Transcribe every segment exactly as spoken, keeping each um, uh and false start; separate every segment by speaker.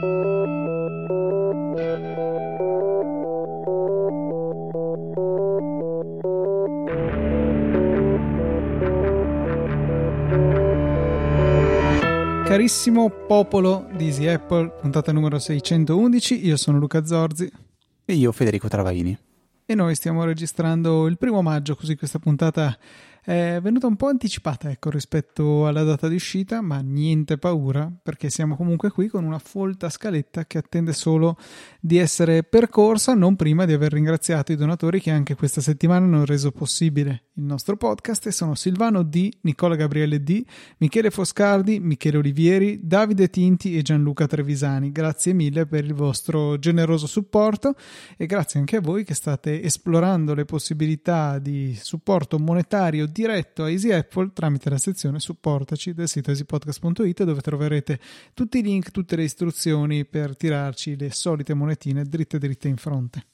Speaker 1: Carissimo popolo di Easy Apple, puntata numero seicentoundici, io sono Luca Zorzi.
Speaker 2: E io Federico Travaini.
Speaker 1: E noi stiamo registrando il primo maggio, così questa puntata è venuta un po' anticipata, ecco, rispetto alla data di uscita, ma niente paura, perché siamo comunque qui con una folta scaletta che attende solo di essere percorsa, non prima di aver ringraziato i donatori che anche questa settimana hanno reso possibile il nostro podcast, e sono Silvano D, Nicola Gabriele D, Michele Foscardi, Michele Olivieri, Davide Tinti e Gianluca Trevisani. Grazie mille per il vostro generoso supporto e grazie anche a voi che state esplorando le possibilità di supporto monetario diretto a Easy Apple tramite la sezione supportaci del sito easypodcast punto it, dove troverete tutti i link, tutte le istruzioni per tirarci le solite monetine dritte dritte in fronte.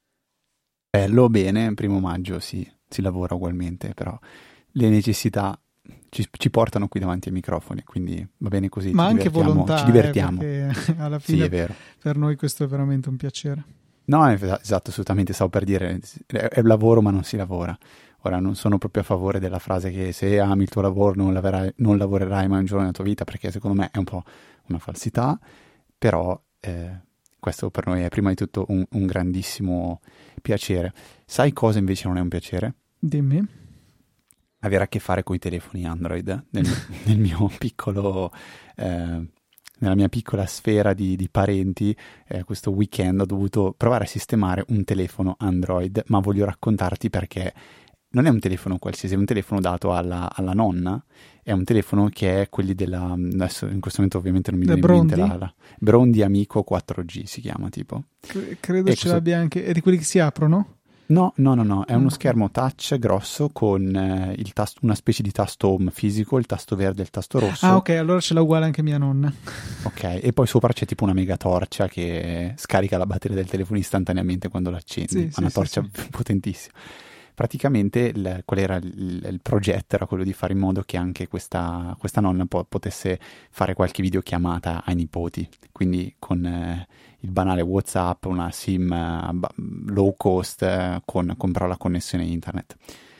Speaker 2: Bello, bene, primo maggio sì, si lavora ugualmente, però le necessità ci, ci portano qui davanti ai microfoni, quindi va bene così.
Speaker 1: Ma anche volontà,
Speaker 2: ci divertiamo.
Speaker 1: Eh, perché alla fine
Speaker 2: sì, è vero.
Speaker 1: Per noi questo è veramente un piacere.
Speaker 2: No, esatto, assolutamente, stavo per dire, è un lavoro ma non si lavora. Ora non sono proprio a favore della frase che se ami il tuo lavoro non, lavorerai, non lavorerai mai un giorno nella tua vita, perché secondo me è un po' una falsità, però eh, questo per noi è prima di tutto un, un grandissimo piacere. Sai cosa invece non è un piacere?
Speaker 1: Dimmi.
Speaker 2: Avere a che fare con i telefoni Android nel, nel mio piccolo... Eh, nella mia piccola sfera di, di parenti. Eh, questo weekend ho dovuto provare a sistemare un telefono Android, ma voglio raccontarti perché non è un telefono qualsiasi, è un telefono dato alla, alla nonna, è un telefono che è quelli della, adesso in questo momento ovviamente non mi viene in mente la, la Brondi Amico quattro G si chiama tipo.
Speaker 1: C- credo
Speaker 2: e
Speaker 1: ce
Speaker 2: questo...
Speaker 1: l'abbia anche, è di quelli che si aprono?
Speaker 2: No, no, no, no, è uno
Speaker 1: okay.
Speaker 2: schermo touch grosso con eh, il tasto, una specie di tasto home fisico, il tasto verde e il tasto rosso.
Speaker 1: Ah, ok, allora ce l'ha uguale anche mia nonna.
Speaker 2: Ok, e poi sopra c'è tipo una mega torcia che scarica la batteria del telefono istantaneamente quando l'accendi,
Speaker 1: sì,
Speaker 2: ma
Speaker 1: sì,
Speaker 2: una
Speaker 1: sì,
Speaker 2: torcia
Speaker 1: sì.
Speaker 2: potentissima. Praticamente il, qual era il, il progetto? Era quello di fare in modo che anche questa, questa nonna po- potesse fare qualche videochiamata ai nipoti, quindi con eh, il banale WhatsApp, una SIM eh, low cost eh, con, con però la connessione internet.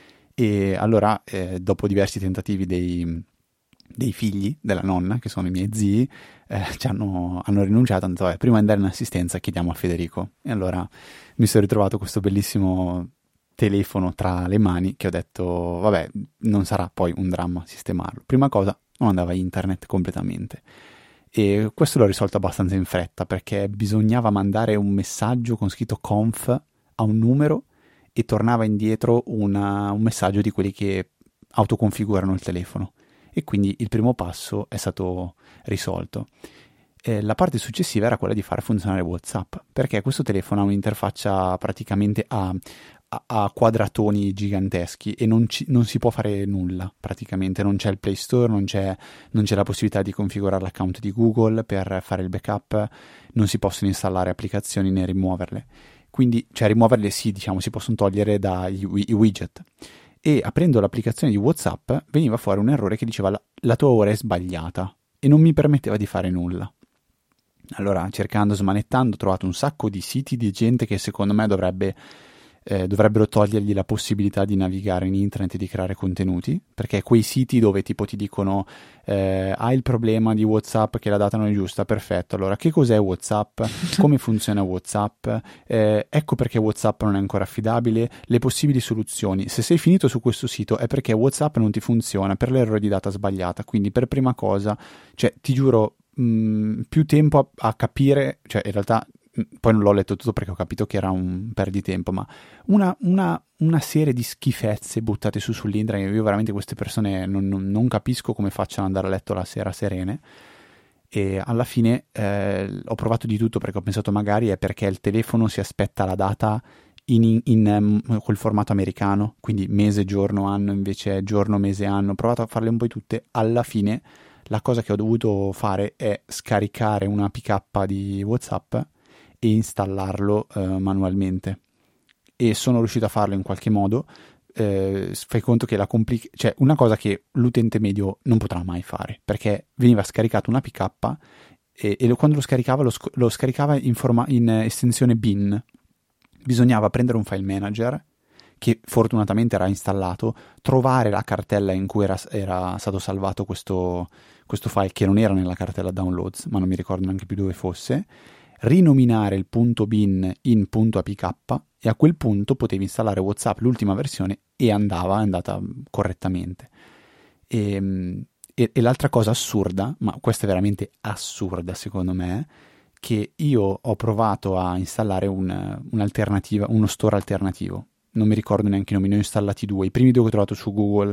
Speaker 2: E allora eh, dopo diversi tentativi dei, dei figli della nonna, che sono i miei zii, eh, ci hanno, hanno rinunciato, hanno detto eh, prima di andare in assistenza chiediamo a Federico, e allora mi sono ritrovato questo bellissimo telefono tra le mani che ho detto vabbè, non sarà poi un dramma sistemarlo. Prima cosa, non andava internet completamente, e questo l'ho risolto abbastanza in fretta perché bisognava mandare un messaggio con scritto conf a un numero e tornava indietro una, un messaggio di quelli che autoconfigurano il telefono, e quindi il primo passo è stato risolto. Eh, la parte successiva era quella di fare funzionare WhatsApp, perché questo telefono ha un'interfaccia praticamente a a quadratoni giganteschi e non, ci, non si può fare nulla praticamente, non c'è il Play Store, non c'è, non c'è la possibilità di configurare l'account di Google per fare il backup, non si possono installare applicazioni né rimuoverle, quindi cioè rimuoverle sì, diciamo, si possono togliere dai i widget, e aprendo l'applicazione di WhatsApp veniva fuori un errore che diceva la, la tua ora è sbagliata e non mi permetteva di fare nulla. Allora, cercando, smanettando, ho trovato un sacco di siti di gente che secondo me dovrebbe Eh, dovrebbero togliergli la possibilità di navigare in internet e di creare contenuti, perché quei siti dove tipo ti dicono eh, hai il problema di WhatsApp che la data non è giusta, perfetto, allora che cos'è WhatsApp, come funziona WhatsApp, eh, ecco perché WhatsApp non è ancora affidabile, le possibili soluzioni, se sei finito su questo sito è perché WhatsApp non ti funziona per l'errore di data sbagliata, quindi per prima cosa, cioè ti giuro mh, più tempo a, a capire, cioè in realtà poi non l'ho letto tutto perché ho capito che era un perditempo, ma una, una, una serie di schifezze buttate su sull'internet. Io veramente queste persone non, non, non capisco come facciano ad andare a letto la sera serene, e alla fine eh, ho provato di tutto perché ho pensato magari è perché il telefono si aspetta la data in, in, in um, quel formato americano, quindi mese, giorno, anno, invece giorno, mese, anno. Ho provato a farle un po' tutte, alla fine la cosa che ho dovuto fare è scaricare una P K di WhatsApp e installarlo eh, manualmente, e sono riuscito a farlo in qualche modo. Eh, fai conto che la complica- cioè una cosa che l'utente medio non potrà mai fare, perché veniva scaricata una P K e, e lo, quando lo scaricava lo, sc- lo scaricava in, forma- in estensione bin. Bisognava prendere un file manager che fortunatamente era installato, trovare la cartella in cui era, era stato salvato questo, questo file, che non era nella cartella downloads, ma non mi ricordo neanche più dove fosse, rinominare il punto bin in punto apk, e a quel punto potevi installare WhatsApp, l'ultima versione, e andava, è andata correttamente. E, e, e l'altra cosa assurda, ma questa è veramente assurda secondo me, che io ho provato a installare un, un'alternativa, uno store alternativo. Non mi ricordo neanche i nomi, ne ho installati due. I primi due che ho trovato su Google,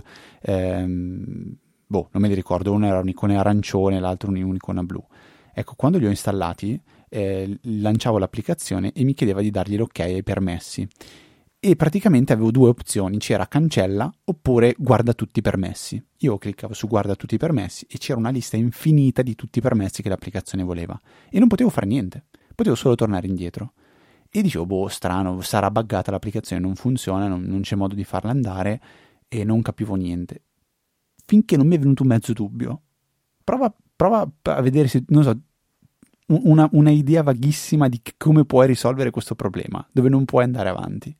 Speaker 2: ehm, boh, non me li ricordo. Uno era un'icona arancione, l'altro un'icona blu. Ecco, quando li ho installati, eh, lanciavo l'applicazione e mi chiedeva di dargli l'ok ai permessi. E praticamente avevo due opzioni, c'era cancella oppure guarda tutti i permessi. Io cliccavo su guarda tutti i permessi e c'era una lista infinita di tutti i permessi che l'applicazione voleva. E non potevo fare niente, potevo solo tornare indietro. E dicevo, boh, strano, sarà buggata l'applicazione, non funziona, non, non c'è modo di farla andare, e non capivo niente. Finché non mi è venuto un mezzo dubbio. Prova, prova a vedere se, non so, una, una idea vaghissima di come puoi risolvere questo problema, dove non puoi andare avanti.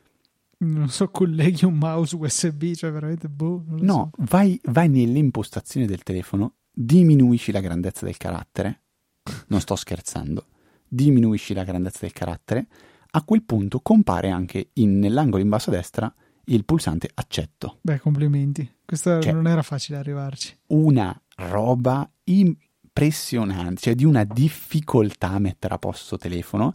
Speaker 1: Non so, colleghi un mouse U S B, cioè veramente, boh, non lo
Speaker 2: No,
Speaker 1: so.
Speaker 2: vai, vai nelle impostazioni del telefono, diminuisci la grandezza del carattere, non sto scherzando, diminuisci la grandezza del carattere, a quel punto compare anche in, nell'angolo in basso a destra il pulsante accetto.
Speaker 1: Beh, complimenti. Questa
Speaker 2: Cioè,
Speaker 1: non era facile arrivarci.
Speaker 2: Una roba impressionante, cioè di una difficoltà a mettere a posto telefono,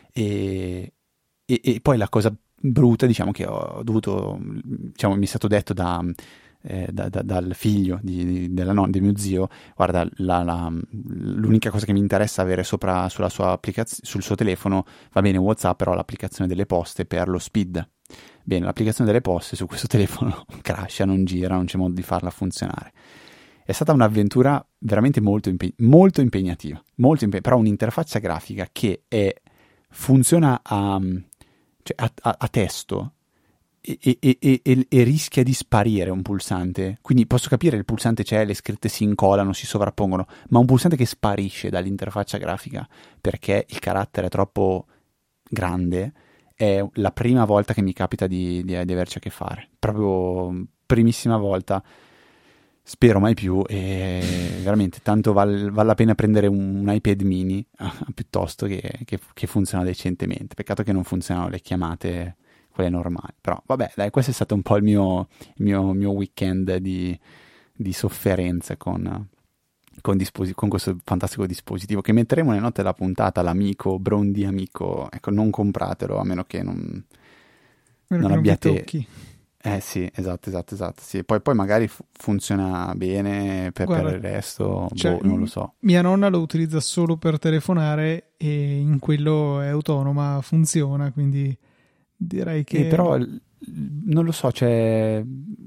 Speaker 2: e, e, e poi la cosa brutta, diciamo, che ho dovuto, diciamo, mi è stato detto da... Eh, da, da, dal figlio di, di, della nonna, di mio zio, guarda, la, la, l'unica cosa che mi interessa avere sopra sulla sua applicazione, sul suo telefono, va bene WhatsApp, però l'applicazione delle poste per lo speed. Bene, l'applicazione delle poste su questo telefono crasha, non gira, non c'è modo di farla funzionare. È stata un'avventura veramente molto, impeg- molto impegnativa, molto impeg- però un'interfaccia grafica che è, funziona a, cioè a, a, a testo, E, e, e, e, e rischia di sparire un pulsante. Quindi posso capire, il pulsante c'è, le scritte si incolano, si sovrappongono, ma un pulsante che sparisce dall'interfaccia grafica perché il carattere è troppo grande è la prima volta che mi capita di, di, di averci a che fare, proprio primissima volta. Spero mai più, e veramente tanto val, vale la pena prendere un, un iPad mini piuttosto che, che, che funziona decentemente. Peccato che non funzionano le chiamate, quelle normali. Però vabbè, dai, questo è stato un po' il mio, il mio, mio weekend di, di sofferenza con, con, disposi- con questo fantastico dispositivo, che metteremo nelle note della puntata, l'amico Brondi Amico. Ecco, non compratelo a meno che non,
Speaker 1: Meno
Speaker 2: non
Speaker 1: che
Speaker 2: abbiate...
Speaker 1: non vi tocchi.
Speaker 2: Eh sì, esatto, esatto, esatto. Sì. Poi, poi magari fu- funziona bene per,
Speaker 1: Guarda,
Speaker 2: per il resto,
Speaker 1: cioè,
Speaker 2: boh, non lo so.
Speaker 1: Mia nonna lo utilizza solo per telefonare e in quello è autonoma, funziona, quindi direi che...
Speaker 2: Eh, però l- non lo so, cioè...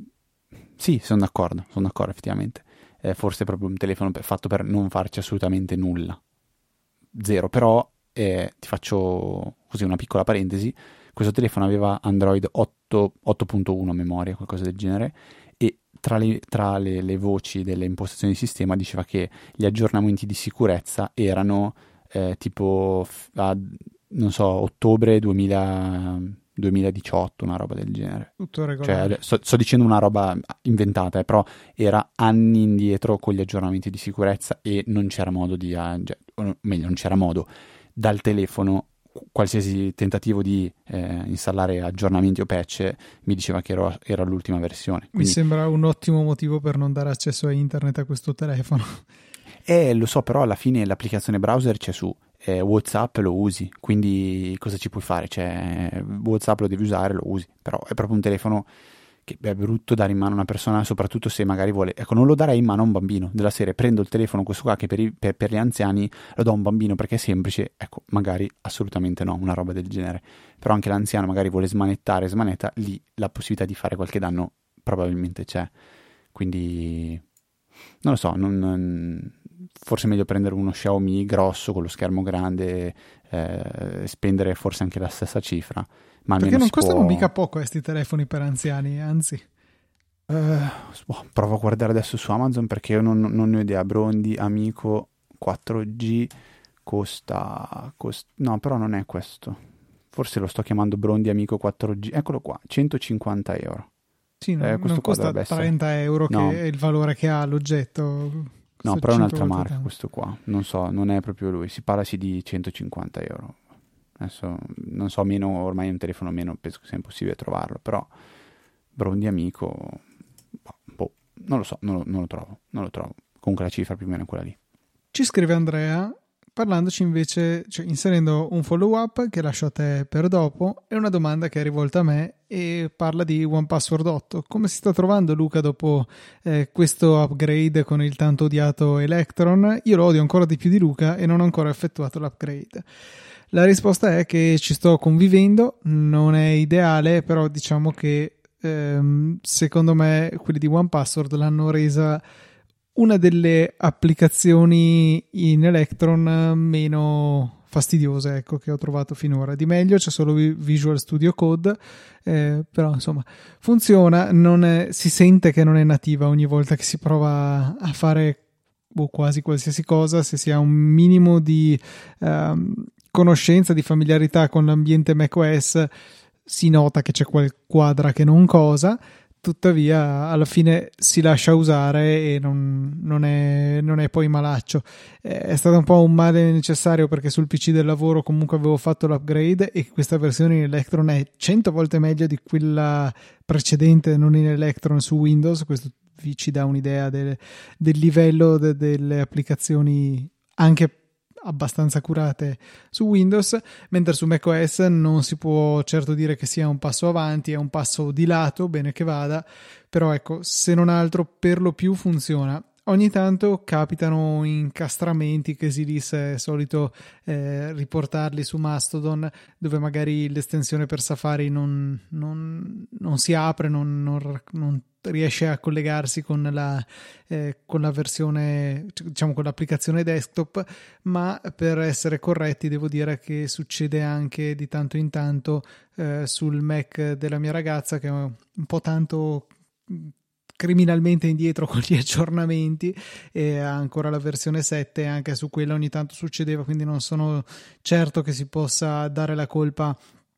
Speaker 2: Sì, sono d'accordo, sono d'accordo effettivamente. Eh, forse è proprio un telefono per- fatto per non farci assolutamente nulla. Zero, però eh, ti faccio così una piccola parentesi. Questo telefono aveva Android otto punto uno a memoria, qualcosa del genere, e tra, le, tra le, le voci delle impostazioni di sistema diceva che gli aggiornamenti di sicurezza erano eh, tipo a, non so, ottobre duemila, duemiladiciotto, una roba del genere.
Speaker 1: Tutto regolare.
Speaker 2: Cioè, sto, sto dicendo una roba inventata, eh, però era anni indietro con gli aggiornamenti di sicurezza e non c'era modo di, uh, o meglio, non c'era modo dal telefono. Qualsiasi tentativo di eh, installare aggiornamenti o patch mi diceva che ero, era l'ultima versione. Quindi,
Speaker 1: mi sembra un ottimo motivo per non dare accesso a internet a questo telefono.
Speaker 2: Eh, lo so, però alla fine l'applicazione browser c'è su, eh, WhatsApp lo usi, quindi cosa ci puoi fare? Cioè, WhatsApp lo devi usare, lo usi, però è proprio un telefono che è brutto dare in mano a una persona, soprattutto se magari vuole... Ecco, non lo darei in mano a un bambino, della serie prendo il telefono, questo qua che per, i, per, per gli anziani lo do a un bambino perché è semplice, ecco, magari assolutamente no, una roba del genere. Però anche l'anziano magari vuole smanettare, smanetta, lì la possibilità di fare qualche danno probabilmente c'è. Quindi, non lo so, non, non, forse è meglio prendere uno Xiaomi grosso con lo schermo grande, eh, spendere forse anche la stessa cifra. Ma
Speaker 1: perché non costano
Speaker 2: può...
Speaker 1: mica poco questi telefoni per anziani, anzi.
Speaker 2: Uh, provo a guardare adesso su Amazon perché io non, non ne ho idea. Brondi Amico quattro G costa, costa... No, però non è questo. Forse lo sto chiamando Brondi Amico quattro G. Eccolo qua, centocinquanta euro.
Speaker 1: Sì, no,
Speaker 2: eh,
Speaker 1: non costa trenta euro,
Speaker 2: no.
Speaker 1: che è il valore che ha l'oggetto.
Speaker 2: No, però è un'altra marca tanto. Questo qua. Non so, non è proprio lui. Si parla sì di centocinquanta euro. Adesso non so, meno, ormai un telefono meno penso che sia impossibile trovarlo, però Brondi Amico, boh, non lo so, non lo, non lo trovo, non lo trovo. Comunque la cifra più o meno è quella lì.
Speaker 1: Ci scrive Andrea, parlandoci invece, cioè inserendo un follow up che lascio a te per dopo e una domanda che è rivolta a me e parla di one password otto. Come si sta trovando Luca dopo eh, questo upgrade con il tanto odiato Electron? Io lo odio ancora di più di Luca e non ho ancora effettuato l'upgrade. La risposta è che ci sto convivendo, non è ideale, però diciamo che ehm, secondo me quelli di one password l'hanno resa una delle applicazioni in Electron meno fastidiose, ecco, che ho trovato finora. Di meglio c'è solo Visual Studio Code, eh, però insomma funziona, non è, si sente che non è nativa ogni volta che si prova a fare boh, quasi qualsiasi cosa, se si ha un minimo di um, conoscenza, di familiarità con l'ambiente macOS, si nota che c'è quel quadra che non cosa. Tuttavia alla fine si lascia usare e non, non, è, non è poi malaccio. È stato un po' un male necessario perché sul P C del lavoro comunque avevo fatto l'upgrade e questa versione in Electron è cento volte meglio di quella precedente non in Electron su Windows. Questo vi ci dà un'idea del, del livello de, delle applicazioni anche abbastanza curate su Windows, mentre su macOS non si può certo dire che sia un passo avanti, è un passo di lato, bene che vada, però ecco, se non altro per lo più funziona. Ogni tanto capitano incastramenti che Silis è solito eh, riportarli su Mastodon, dove magari l'estensione per Safari non, non, non si apre, non, non, non riesce a collegarsi con la, eh, con la versione, diciamo con l'applicazione desktop, ma per essere corretti devo dire che succede anche di tanto in tanto eh, sul Mac della mia ragazza, che è un po' tanto criminalmente indietro con gli aggiornamenti e ha ancora la versione sette, anche su quella ogni tanto succedeva, quindi non sono certo che si possa dare la colpa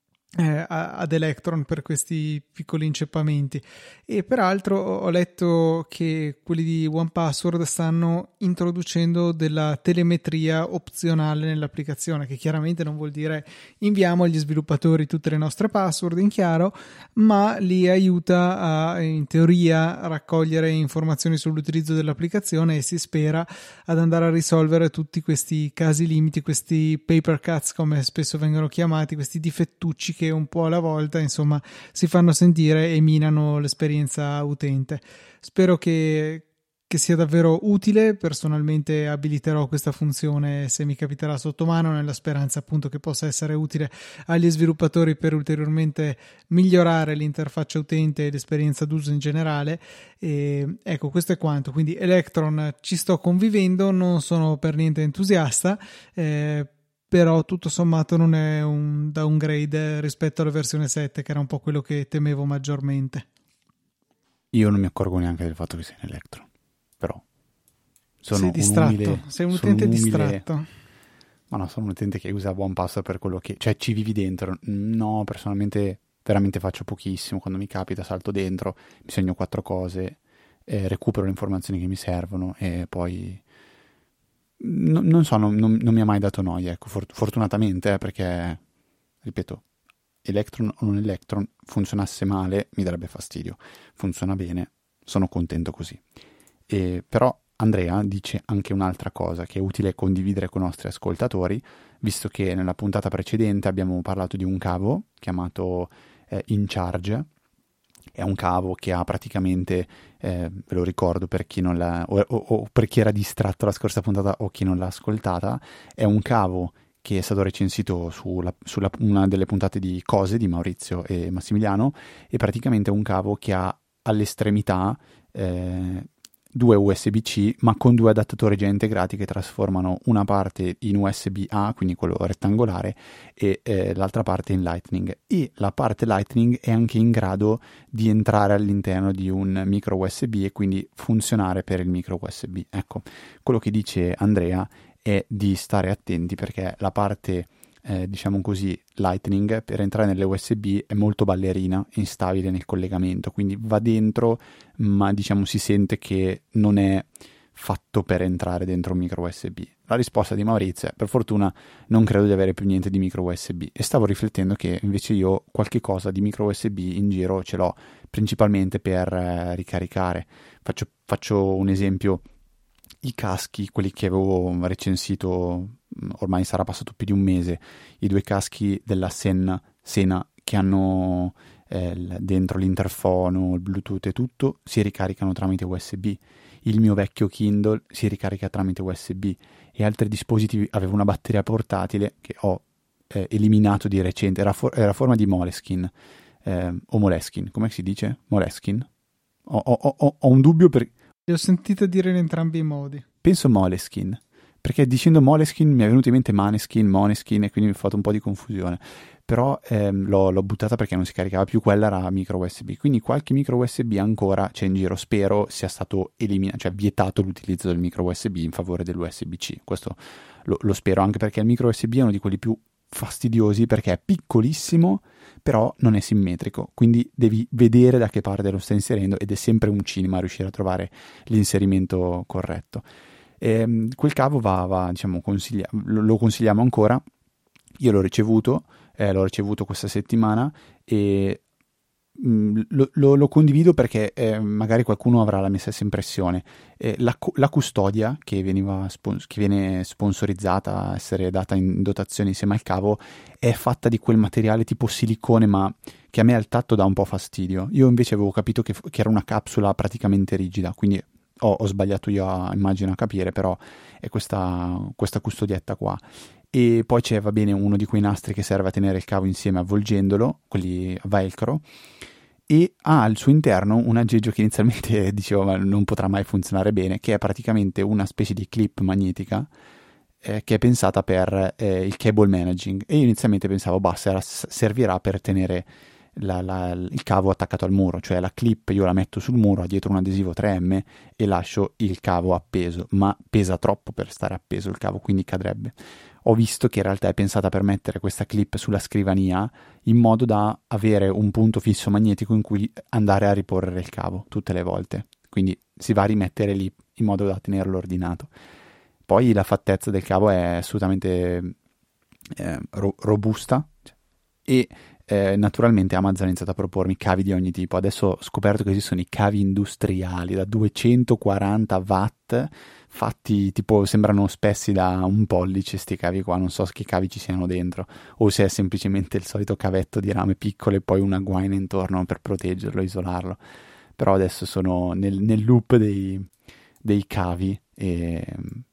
Speaker 1: Eh, ad Electron per questi piccoli inceppamenti. E peraltro ho letto che quelli di one password stanno introducendo della telemetria opzionale nell'applicazione, che chiaramente non vuol dire inviamo agli sviluppatori tutte le nostre password in chiaro, ma li aiuta a, in teoria, a raccogliere informazioni sull'utilizzo dell'applicazione e si spera ad andare a risolvere tutti questi casi limiti, questi paper cuts come spesso vengono chiamati, questi difettucci che un po' alla volta insomma si fanno sentire e minano l'esperienza utente. Spero che, che sia davvero utile. Personalmente abiliterò questa funzione se mi capiterà sotto mano, nella speranza appunto che possa essere utile agli sviluppatori per ulteriormente migliorare l'interfaccia utente e l'esperienza d'uso in generale. E ecco, questo è quanto. Quindi Electron ci sto convivendo, non sono per niente entusiasta, eh, però tutto sommato non è un downgrade rispetto alla versione sette, che era un po' quello che temevo maggiormente.
Speaker 2: Io non mi accorgo neanche del fatto che sia in Electron, però sono
Speaker 1: sei distratto,
Speaker 2: un umile,
Speaker 1: sei un utente
Speaker 2: un umile,
Speaker 1: distratto.
Speaker 2: Ma no, sono un utente che usa one password per quello che, cioè ci vivi dentro. No, personalmente veramente faccio pochissimo, quando mi capita salto dentro, mi segno quattro cose, eh, recupero le informazioni che mi servono e poi No, non so, non, non, non mi ha mai dato noia, ecco, fort- fortunatamente, eh, perché, ripeto, Electron o non Electron, funzionasse male mi darebbe fastidio, funziona bene, sono contento così. E, però Andrea dice anche un'altra cosa che è utile condividere con i nostri ascoltatori, visto che nella puntata precedente abbiamo parlato di un cavo chiamato eh, InCharge. È un cavo che ha praticamente, eh, ve lo ricordo per chi non l'ha, o, o, o per chi era distratto la scorsa puntata o chi non l'ha ascoltata, è un cavo che è stato recensito sulla, sulla una delle puntate di Cose di Maurizio e Massimiliano, e praticamente è un cavo che ha all'estremità eh, due U S B C, ma con due adattatori già integrati che trasformano una parte in U S B A, quindi quello rettangolare, e eh, l'altra parte in Lightning. E la parte Lightning è anche in grado di entrare all'interno di un micro U S B e quindi funzionare per il micro U S B. Ecco, quello che dice Andrea è di stare attenti, perché la parte eh, diciamo così Lightning per entrare nelle U S B è molto ballerina, instabile nel collegamento, quindi va dentro ma diciamo si sente che non è fatto per entrare dentro un micro U S B. La risposta di Maurizio è: per fortuna non credo di avere più niente di micro U S B, e stavo riflettendo che invece io qualche cosa di micro U S B in giro ce l'ho, principalmente per eh, ricaricare. Faccio, faccio un esempio: i caschi, quelli che avevo recensito, ormai sarà passato più di un mese, i due caschi della Sena, Sena che hanno eh, dentro l'interfono, il Bluetooth e tutto, si ricaricano tramite U S B. Il mio vecchio Kindle si ricarica tramite U S B, e altri dispositivi. Avevo una batteria portatile che ho eh, eliminato di recente, era, for- era a forma di Moleskine, eh, o Moleskine, come si dice? Moleskine? Ho, ho, ho, ho un dubbio per...
Speaker 1: Li ho sentito dire in entrambi i modi.
Speaker 2: Penso Moleskine, perché dicendo Moleskine mi è venuto in mente Maneskin, Moneskin, e quindi mi ha fatto un po' di confusione. Però ehm, l'ho, l'ho buttata perché non si caricava più, quella era micro U S B. Quindi qualche micro U S B ancora c'è in giro, spero sia stato eliminato, cioè vietato l'utilizzo del micro U S B in favore dell'U S B C. Questo lo, lo spero, anche perché il micro U S B è uno di quelli più fastidiosi, perché è piccolissimo però non è simmetrico, quindi devi vedere da che parte lo stai inserendo, ed è sempre un cinema riuscire a trovare l'inserimento corretto. E, quel cavo va, va diciamo, consiglia- lo, lo consigliamo ancora. Io l'ho ricevuto, eh, l'ho ricevuto questa settimana, e mh, lo, lo, lo condivido perché eh, magari qualcuno avrà la mia stessa impressione. Eh, la, la custodia che, veniva spons- che viene sponsorizzata, essere data in dotazione insieme al cavo, è fatta di quel materiale tipo silicone, ma che a me al tatto dà un po' fastidio. Io invece avevo capito che, che era una capsula praticamente rigida, quindi ho, ho sbagliato io a, immagino a capire, però è questa, questa custodietta qua. E poi c'è, va bene, uno di quei nastri che serve a tenere il cavo insieme avvolgendolo, quelli a velcro, e ha al suo interno un aggeggio che inizialmente dicevo ma non potrà mai funzionare bene, che è praticamente una specie di clip magnetica eh, che è pensata per eh, il cable managing, e io inizialmente pensavo basta, servirà per tenere la, la, il cavo attaccato al muro, cioè la clip io la metto sul muro, ha dietro un adesivo tre emme e lascio il cavo appeso, ma pesa troppo per stare appeso il cavo, quindi cadrebbe. Ho visto che in realtà è pensata per mettere questa clip sulla scrivania in modo da avere un punto fisso magnetico in cui andare a riporre il cavo tutte le volte, quindi si va a rimettere lì in modo da tenerlo ordinato. Poi la fattezza del cavo è assolutamente eh, ro- robusta, e eh, naturalmente Amazon ha iniziato a propormi cavi di ogni tipo. Adesso ho scoperto che esistono i cavi industriali da duecentoquaranta watt, fatti tipo, sembrano spessi da un pollice sti cavi qua, non so che cavi ci siano dentro, o se è semplicemente il solito cavetto di rame piccolo e poi una guaina intorno per proteggerlo, isolarlo. Però adesso sono nel, nel loop dei, dei cavi, e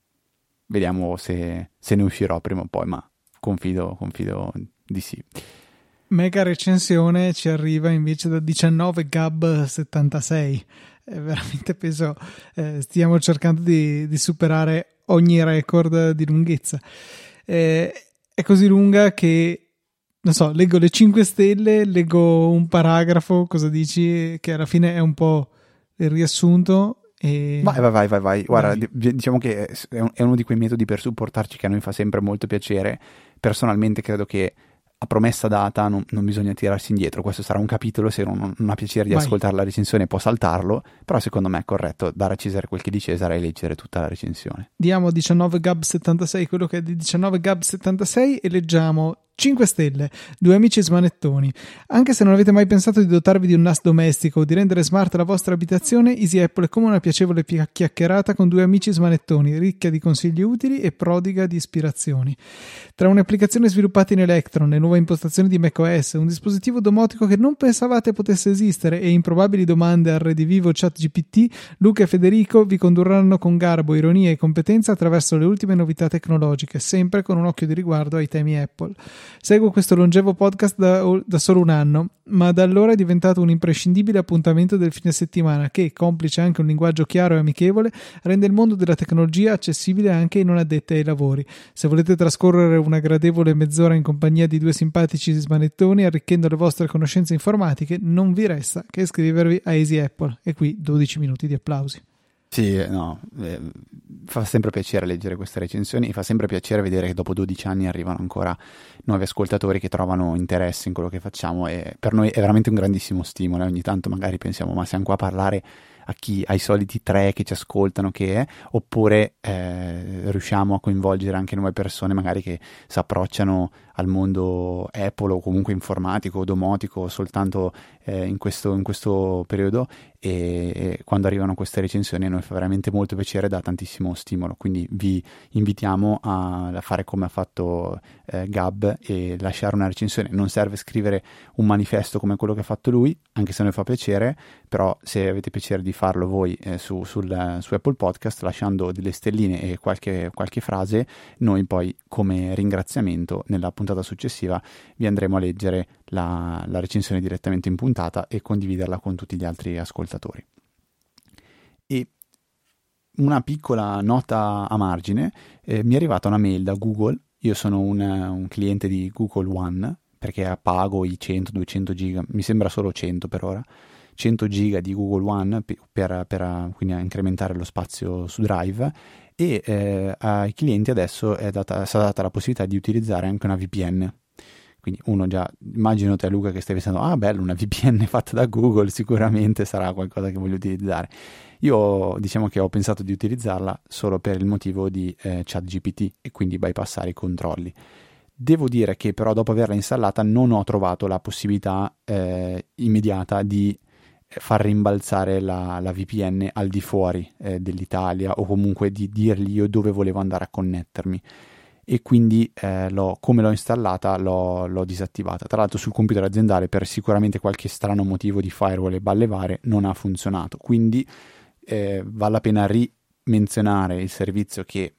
Speaker 2: vediamo se, se ne uscirò prima o poi, ma confido, confido di sì.
Speaker 1: Mega recensione ci arriva invece da diciannove Gab settantasei. È veramente peso, eh, stiamo cercando di, di superare ogni record di lunghezza. Eh, è così lunga che, non so, leggo le cinque stelle, leggo un paragrafo, cosa dici, che alla fine è un po' il riassunto. E...
Speaker 2: Vai, vai, vai, vai, vai. Guarda, vai. Diciamo che è uno di quei metodi per supportarci che a noi fa sempre molto piacere. Personalmente credo che a promessa data non, non bisogna tirarsi indietro. Questo sarà un capitolo, se non, non ha piacere di Vai. ascoltare la recensione può saltarlo, però secondo me è corretto dare a Cesare quel che di Cesare e leggere tutta la recensione.
Speaker 1: Diamo diciannove Gab settantasei quello che è di diciannove Gab settantasei e leggiamo cinque stelle, due amici smanettoni. Anche se non avete mai pensato di dotarvi di un N A S domestico o di rendere smart la vostra abitazione, Easy Apple è come una piacevole chiacchierata con due amici smanettoni, ricca di consigli utili e prodiga di ispirazioni. Tra un'applicazione sviluppata in Electron, le nuove impostazioni di macOS, un dispositivo domotico che non pensavate potesse esistere e improbabili domande al redivivo ChatGPT, Luca e Federico vi condurranno con garbo, ironia e competenza attraverso le ultime novità tecnologiche, sempre con un occhio di riguardo ai temi Apple. Seguo questo longevo podcast da, da solo un anno, ma da allora è diventato un imprescindibile appuntamento del fine settimana che, complice anche un linguaggio chiaro e amichevole, rende il mondo della tecnologia accessibile anche ai non addetti ai lavori. Se volete trascorrere una gradevole mezz'ora in compagnia di due simpatici smanettoni arricchendo le vostre conoscenze informatiche, non vi resta che iscrivervi a Easy Apple. E qui dodici minuti di applausi.
Speaker 2: Sì, no, eh, fa sempre piacere leggere queste recensioni e fa sempre piacere vedere che dopo dodici anni arrivano ancora nuovi ascoltatori che trovano interesse in quello che facciamo, e per noi è veramente un grandissimo stimolo. Ogni tanto magari pensiamo, ma siamo qua a parlare a chi, ai soliti tre che ci ascoltano, che è, oppure eh, riusciamo a coinvolgere anche nuove persone magari che si approcciano al mondo Apple o comunque informatico o domotico soltanto eh, in questo, in questo periodo, e, e quando arrivano queste recensioni a noi fa veramente molto piacere, dà tantissimo stimolo, quindi vi invitiamo a, a fare come ha fatto eh, Gab e lasciare una recensione. Non serve scrivere un manifesto come quello che ha fatto lui, anche se a noi fa piacere, però se avete piacere di farlo voi eh, su, sul, su Apple Podcast lasciando delle stelline e qualche, qualche frase, noi poi come ringraziamento nella puntata successiva vi andremo a leggere la, la recensione direttamente in puntata e condividerla con tutti gli altri ascoltatori. E una piccola nota a margine, eh, mi è arrivata una mail da Google. Io sono un, un cliente di Google One perché pago i cento duecento giga, mi sembra solo cento per ora, cento giga di Google One per, per, per quindi incrementare lo spazio su Drive, e eh, ai clienti adesso è data, è stata data la possibilità di utilizzare anche una V P N. Quindi uno già, immagino te Luca che stai pensando, ah bello, una V P N fatta da Google, sicuramente sarà qualcosa che voglio utilizzare. Io diciamo che ho pensato di utilizzarla solo per il motivo di eh, ChatGPT e quindi bypassare i controlli. Devo dire che però dopo averla installata non ho trovato la possibilità eh, immediata di far rimbalzare la, la V P N al di fuori eh, dell'Italia, o comunque di dirgli io dove volevo andare a connettermi, e quindi eh, l'ho, come l'ho installata l'ho, l'ho disattivata. Tra l'altro sul computer aziendale per sicuramente qualche strano motivo di firewall e balle varie non ha funzionato, quindi eh, vale la pena rimenzionare il servizio che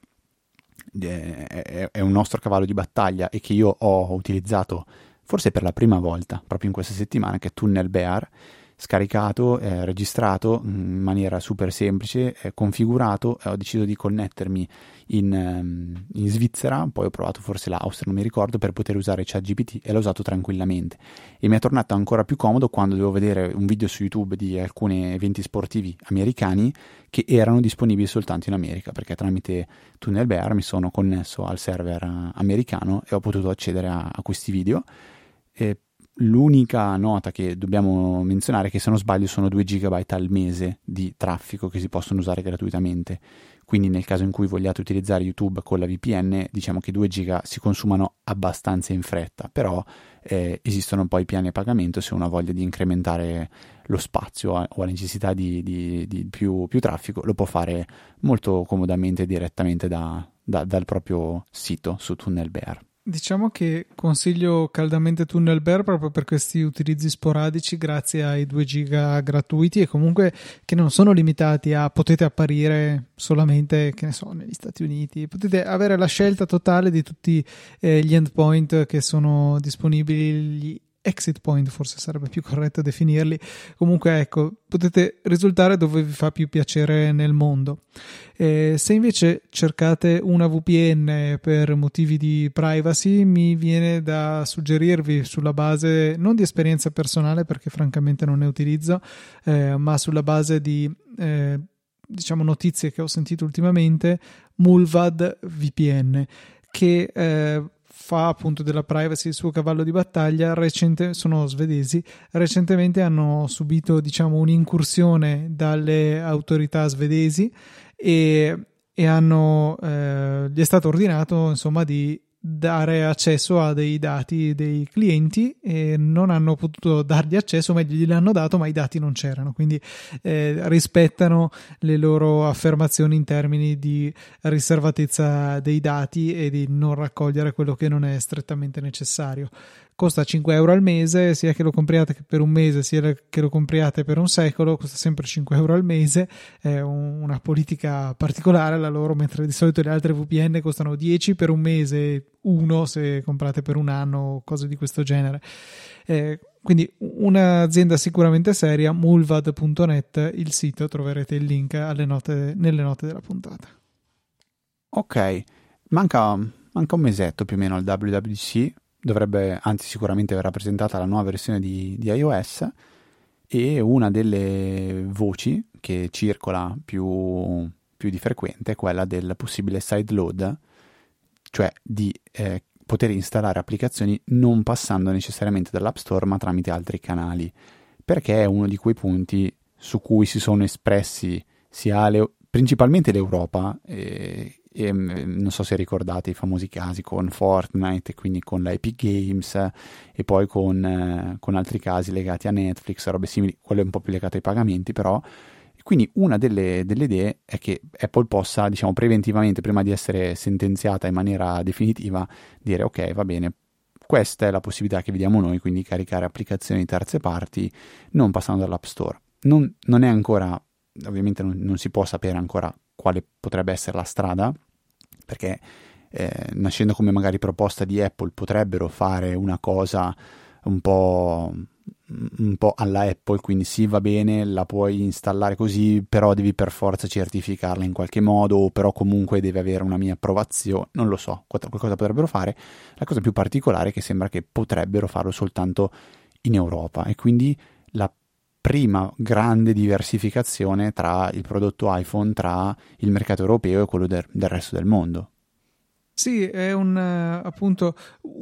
Speaker 2: eh, è, è un nostro cavallo di battaglia e che io ho utilizzato forse per la prima volta proprio in questa settimana, che è TunnelBear. Scaricato, eh, registrato in maniera super semplice, eh, configurato, eh, ho deciso di connettermi in, um, in Svizzera, poi ho provato forse l'Austria, non mi ricordo, per poter usare ChatGPT, e l'ho usato tranquillamente, e mi è tornato ancora più comodo quando devo vedere un video su YouTube di alcuni eventi sportivi americani che erano disponibili soltanto in America, perché tramite TunnelBear mi sono connesso al server uh, americano e ho potuto accedere a, a questi video. E l'unica nota che dobbiamo menzionare è che, se non sbaglio, sono due giga al mese di traffico che si possono usare gratuitamente, quindi nel caso in cui vogliate utilizzare YouTube con la V P N, diciamo che due giga si consumano abbastanza in fretta, però eh, esistono poi piani a pagamento se uno ha voglia di incrementare lo spazio o ha necessità di, di, di più, più traffico, lo può fare molto comodamente direttamente da, da, dal proprio sito su TunnelBear.
Speaker 1: Diciamo che consiglio caldamente TunnelBear proprio per questi utilizzi sporadici, grazie ai due giga gratuiti, e comunque che non sono limitati a potete apparire solamente, che ne so, negli Stati Uniti, potete avere la scelta totale di tutti eh, gli endpoint che sono disponibili, gli exit point forse sarebbe più corretto definirli. Comunque ecco, potete risultare dove vi fa più piacere nel mondo. Eh, se invece cercate una V P N per motivi di privacy, mi viene da suggerirvi, sulla base non di esperienza personale perché francamente non ne utilizzo, eh, ma sulla base di eh, diciamo notizie che ho sentito ultimamente, Mullvad V P N, che eh, fa appunto della privacy il suo cavallo di battaglia. Recente, sono svedesi, recentemente hanno subito diciamo un'incursione dalle autorità svedesi e, e hanno eh, gli è stato ordinato insomma di dare accesso a dei dati dei clienti, e non hanno potuto dargli accesso, meglio gliel'hanno dato ma i dati non c'erano, quindi eh, rispettano le loro affermazioni in termini di riservatezza dei dati e di non raccogliere quello che non è strettamente necessario. Costa cinque euro al mese, sia che lo compriate per un mese sia che lo compriate per un secolo, costa sempre cinque euro al mese. È un, una politica particolare la loro, mentre di solito le altre V P N costano dieci per un mese, uno se comprate per un anno, cose di questo genere. Eh, quindi un'azienda sicuramente seria, mullvad punto net, il sito, troverete il link alle note, nelle note della puntata.
Speaker 2: Ok, manca, manca un mesetto più o meno al W W D C. Dovrebbe, anzi sicuramente verrà presentata la nuova versione di, di iOS, e una delle voci che circola più, più di frequente è quella del possibile sideload, cioè di eh, poter installare applicazioni non passando necessariamente dall'App Store ma tramite altri canali, perché è uno di quei punti su cui si sono espressi sia le, principalmente l'Europa, e, e non so se ricordate i famosi casi con Fortnite, quindi con la Epic Games, e poi con, eh, con altri casi legati a Netflix, robe simili, quello è un po' più legato ai pagamenti però. Quindi una delle, delle idee è che Apple possa, diciamo, preventivamente, prima di essere sentenziata in maniera definitiva, dire ok, va bene, questa è la possibilità che vediamo noi, quindi caricare applicazioni di terze parti non passando dall'App Store. Non, non è ancora, ovviamente non, non si può sapere ancora quale potrebbe essere la strada, perché eh, nascendo come magari proposta di Apple potrebbero fare una cosa un po'... un po' alla Apple, quindi sì, va bene, la puoi installare così, però devi per forza certificarla in qualche modo, o però comunque deve avere una mia approvazione, non lo so, qualcosa potrebbero fare. La cosa più particolare è che sembra che potrebbero farlo soltanto in Europa, e quindi la prima grande diversificazione tra il prodotto iPhone, tra il mercato europeo e quello del, del resto del mondo.
Speaker 1: Sì, è un appunto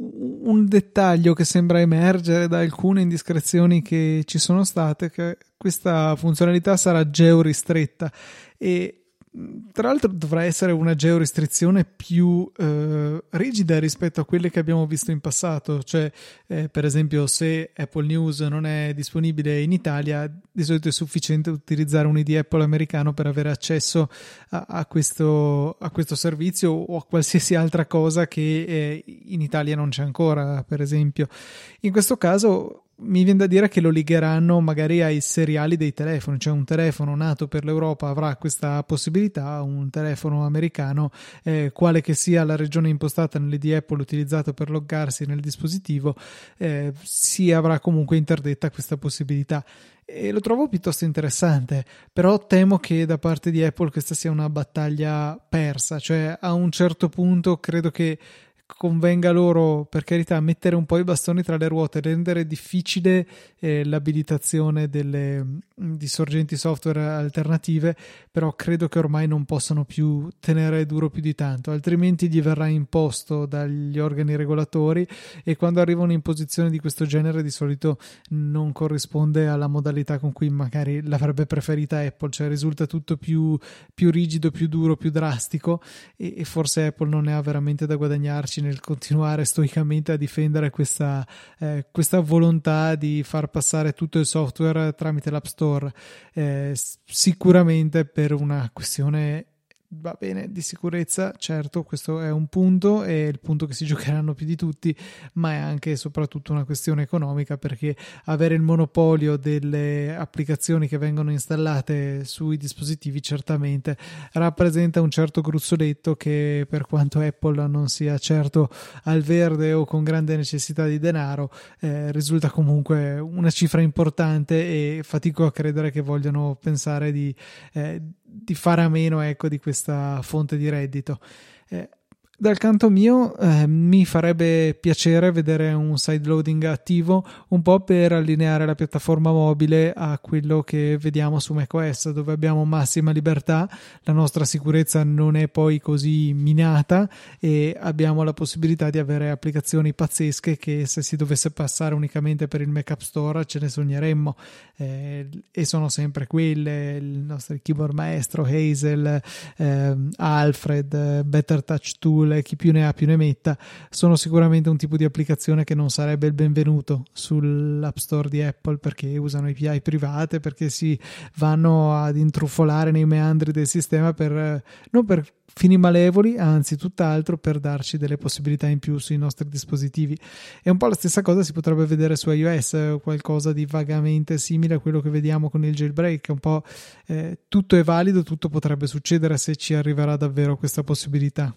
Speaker 1: un dettaglio che sembra emergere da alcune indiscrezioni che ci sono state, che questa funzionalità sarà georistretta, e tra l'altro dovrà essere una georestrizione più eh, rigida rispetto a quelle che abbiamo visto in passato, cioè eh, per esempio se Apple News non è disponibile in Italia, di solito è sufficiente utilizzare un I D Apple americano per avere accesso a, a, questo, a questo servizio, o a qualsiasi altra cosa che eh, in Italia non c'è ancora, per esempio. In questo caso mi viene da dire che lo legheranno magari ai seriali dei telefoni, cioè un telefono nato per l'Europa avrà questa possibilità, un telefono americano, eh, quale che sia la regione impostata nell'I D Apple utilizzato per loggarsi nel dispositivo, eh, si avrà comunque interdetta questa possibilità. E lo trovo piuttosto interessante, però temo che da parte di Apple questa sia una battaglia persa, cioè a un certo punto credo che convenga loro, per carità, mettere un po' i bastoni tra le ruote, rendere difficile eh, l'abilitazione delle, di sorgenti software alternative, però credo che ormai non possano più tenere duro più di tanto, altrimenti gli verrà imposto dagli organi regolatori, e quando arriva un'imposizione di questo genere di solito non corrisponde alla modalità con cui magari l'avrebbe preferita Apple, cioè risulta tutto più, più rigido, più duro, più drastico, e, e forse Apple non ne ha veramente da guadagnarci nel continuare stoicamente a difendere questa, eh, questa volontà di far passare tutto il software tramite l'App Store, eh, sicuramente per una questione, va bene, di sicurezza, certo, questo è un punto, è il punto che si giocheranno più di tutti, ma è anche e soprattutto una questione economica, perché avere il monopolio delle applicazioni che vengono installate sui dispositivi certamente rappresenta un certo gruzzoletto che, per quanto Apple non sia certo al verde o con grande necessità di denaro, eh, risulta comunque una cifra importante, e fatico a credere che vogliano pensare di eh, di fare a meno, ecco, di questa fonte di reddito. Eh, dal canto mio eh, mi farebbe piacere vedere un sideloading attivo, un po' per allineare la piattaforma mobile a quello che vediamo su macOS, dove abbiamo massima libertà, la nostra sicurezza non è poi così minata, e abbiamo la possibilità di avere applicazioni pazzesche che, se si dovesse passare unicamente per il Mac App Store, ce ne sogneremmo, eh, e sono sempre quelle: il nostro keyboard maestro, Hazel, eh, Alfred, Better Touch Tool, chi più ne ha più ne metta, sono sicuramente un tipo di applicazione che non sarebbe il benvenuto sull'App Store di Apple, perché usano A P I private, perché si vanno ad intrufolare nei meandri del sistema per, non per fini malevoli, anzi tutt'altro, per darci delle possibilità in più sui nostri dispositivi. E un po' la stessa cosa si potrebbe vedere su iOS, qualcosa di vagamente simile a quello che vediamo con il jailbreak, un po' eh, tutto è valido, tutto potrebbe succedere se ci arriverà davvero questa possibilità.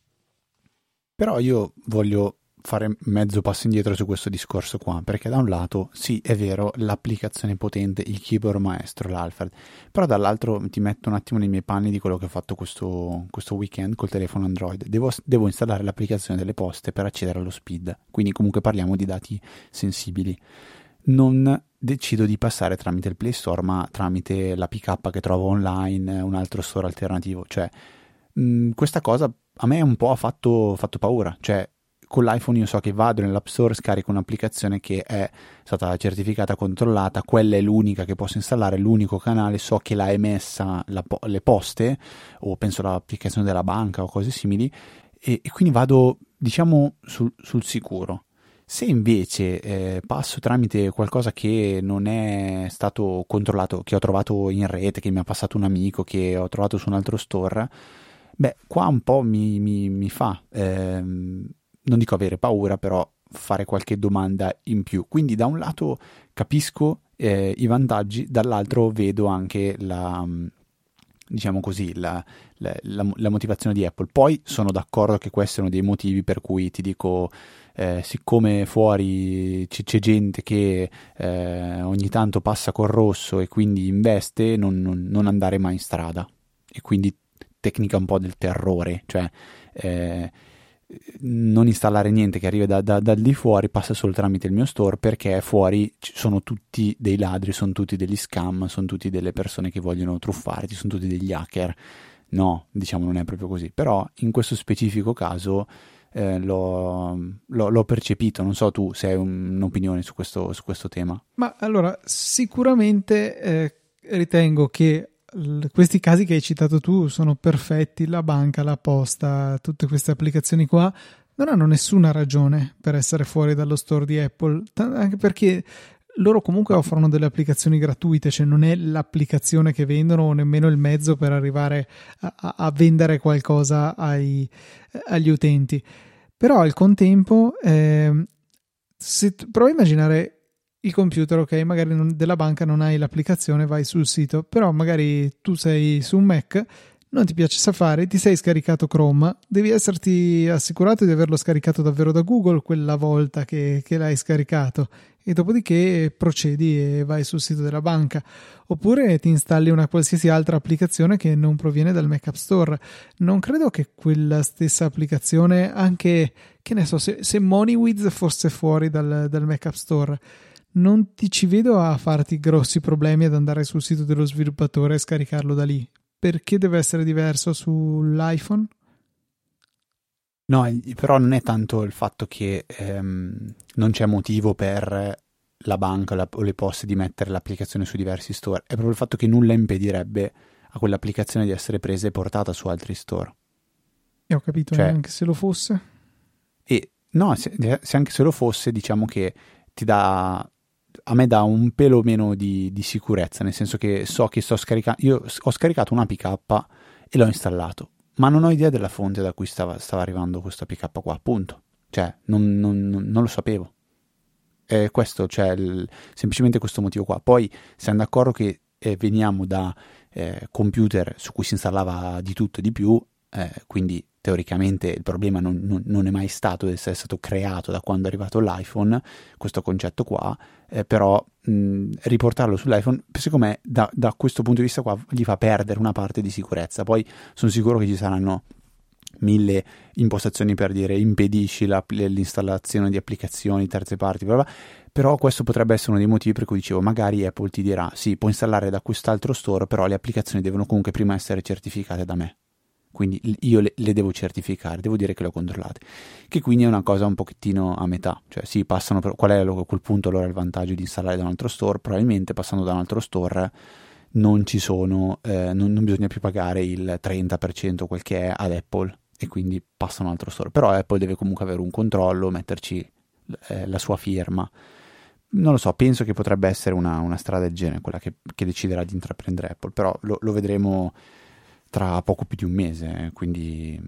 Speaker 2: Però io voglio fare mezzo passo indietro su questo discorso qua, perché da un lato sì, è vero, l'applicazione potente, il keyboard maestro, l'Alfred, però dall'altro ti metto un attimo nei miei panni di quello che ho fatto questo, questo weekend col telefono Android. Devo, devo installare l'applicazione delle poste per accedere allo speed, quindi comunque parliamo di dati sensibili. Non decido di passare tramite il Play Store, ma tramite l'A P K che trovo online, un altro store alternativo. Cioè, mh, questa cosa a me un po' ha fatto, fatto paura. Cioè, con l'iPhone io so che vado nell'App Store, scarico un'applicazione che è stata certificata, controllata, quella è l'unica che posso installare, l'unico canale, so che l'ha emessa la, le poste, o penso l'applicazione della banca o cose simili, e, e quindi vado, diciamo, sul, sul sicuro. Se invece eh, passo tramite qualcosa che non è stato controllato, che ho trovato in rete, che mi ha passato un amico, che ho trovato su un altro store, beh, qua un po' mi, mi, mi fa, ehm, non dico avere paura, però fare qualche domanda in più. Quindi da un lato capisco eh, i vantaggi, dall'altro vedo anche la, diciamo così, la, la, la, la motivazione di Apple. Poi sono d'accordo che questi sono dei motivi per cui ti dico... Eh, siccome fuori c- c'è gente che eh, ogni tanto passa col rosso e quindi investe, non, non, non andare mai in strada. E quindi tecnica un po' del terrore, cioè eh, non installare niente che arriva da, da, da lì fuori, passa solo tramite il mio store, perché fuori ci sono tutti dei ladri, sono tutti degli scam, sono tutti delle persone che vogliono truffarti, sono tutti degli hacker. No, diciamo non è proprio così, però in questo specifico caso Eh, l'ho, l'ho, l'ho percepito. Non so tu se hai un, un'opinione su questo, su questo tema.
Speaker 1: Ma allora sicuramente eh, ritengo che l- questi casi che hai citato tu sono perfetti. La banca, la posta, tutte queste applicazioni qua non hanno nessuna ragione per essere fuori dallo store di Apple, t- anche perché loro comunque offrono delle applicazioni gratuite, cioè non è l'applicazione che vendono o nemmeno il mezzo per arrivare a, a, a vendere qualcosa ai, agli utenti. Però al contempo, eh, se t- prova a immaginare il computer, ok, magari non, della banca non hai l'applicazione, vai sul sito, però magari tu sei su un Mac, non ti piace Safari, ti sei scaricato Chrome, devi esserti assicurato di averlo scaricato davvero da Google quella volta che, che l'hai scaricato, e dopodiché procedi e vai sul sito della banca, oppure ti installi una qualsiasi altra applicazione che non proviene dal Mac App Store. Non credo che quella stessa applicazione, anche, che ne so, se, se MoneyWiz fosse fuori dal, dal Mac App Store, non ti ci vedo a farti grossi problemi ad andare sul sito dello sviluppatore e scaricarlo da lì. Perché deve essere diverso sull'iPhone?
Speaker 2: No, però non è tanto il fatto che ehm, non c'è motivo per la banca la, o le poste di mettere l'applicazione su diversi store, è proprio il fatto che nulla impedirebbe a quell'applicazione di essere presa e portata su altri store.
Speaker 1: E ho capito,
Speaker 2: cioè,
Speaker 1: anche se lo fosse.
Speaker 2: E no, se, se anche se lo fosse, diciamo che ti dà, a me dà un pelo meno di, di sicurezza, nel senso che so che sto scaricando, io ho scaricato un A P K e l'ho installato, ma non ho idea della fonte da cui stava, stava arrivando questo A P K qua, appunto. Cioè, non, non, non lo sapevo. E questo, cioè, il, semplicemente questo motivo qua. Poi siamo d'accordo che eh, veniamo da eh, computer su cui si installava di tutto e di più, eh, quindi teoricamente il problema non, non, non è mai stato di essere stato creato da quando è arrivato l'iPhone, questo concetto qua, eh, però mh, riportarlo sull'iPhone, secondo me, da, da questo punto di vista qua, gli fa perdere una parte di sicurezza. Poi sono sicuro che ci saranno mille impostazioni per dire impedisci la, l'installazione di applicazioni terze parti, bla bla, però questo potrebbe essere uno dei motivi per cui dicevo, magari Apple ti dirà sì, puoi installare da quest'altro store, però le applicazioni devono comunque prima essere certificate da me, quindi io le, le devo certificare, devo dire che le ho controllate, che quindi è una cosa un pochettino a metà. Cioè sì, passano per, qual è a quel punto allora il vantaggio di installare da un altro store? Probabilmente passando da un altro store non ci sono, eh, non, non bisogna più pagare il trenta per cento quel che è ad Apple, e quindi passa a un altro store, però Apple deve comunque avere un controllo, metterci eh, la sua firma. Non lo so, penso che potrebbe essere una, una strada del genere quella che, che deciderà di intraprendere Apple, però lo, lo vedremo tra poco più di un mese, quindi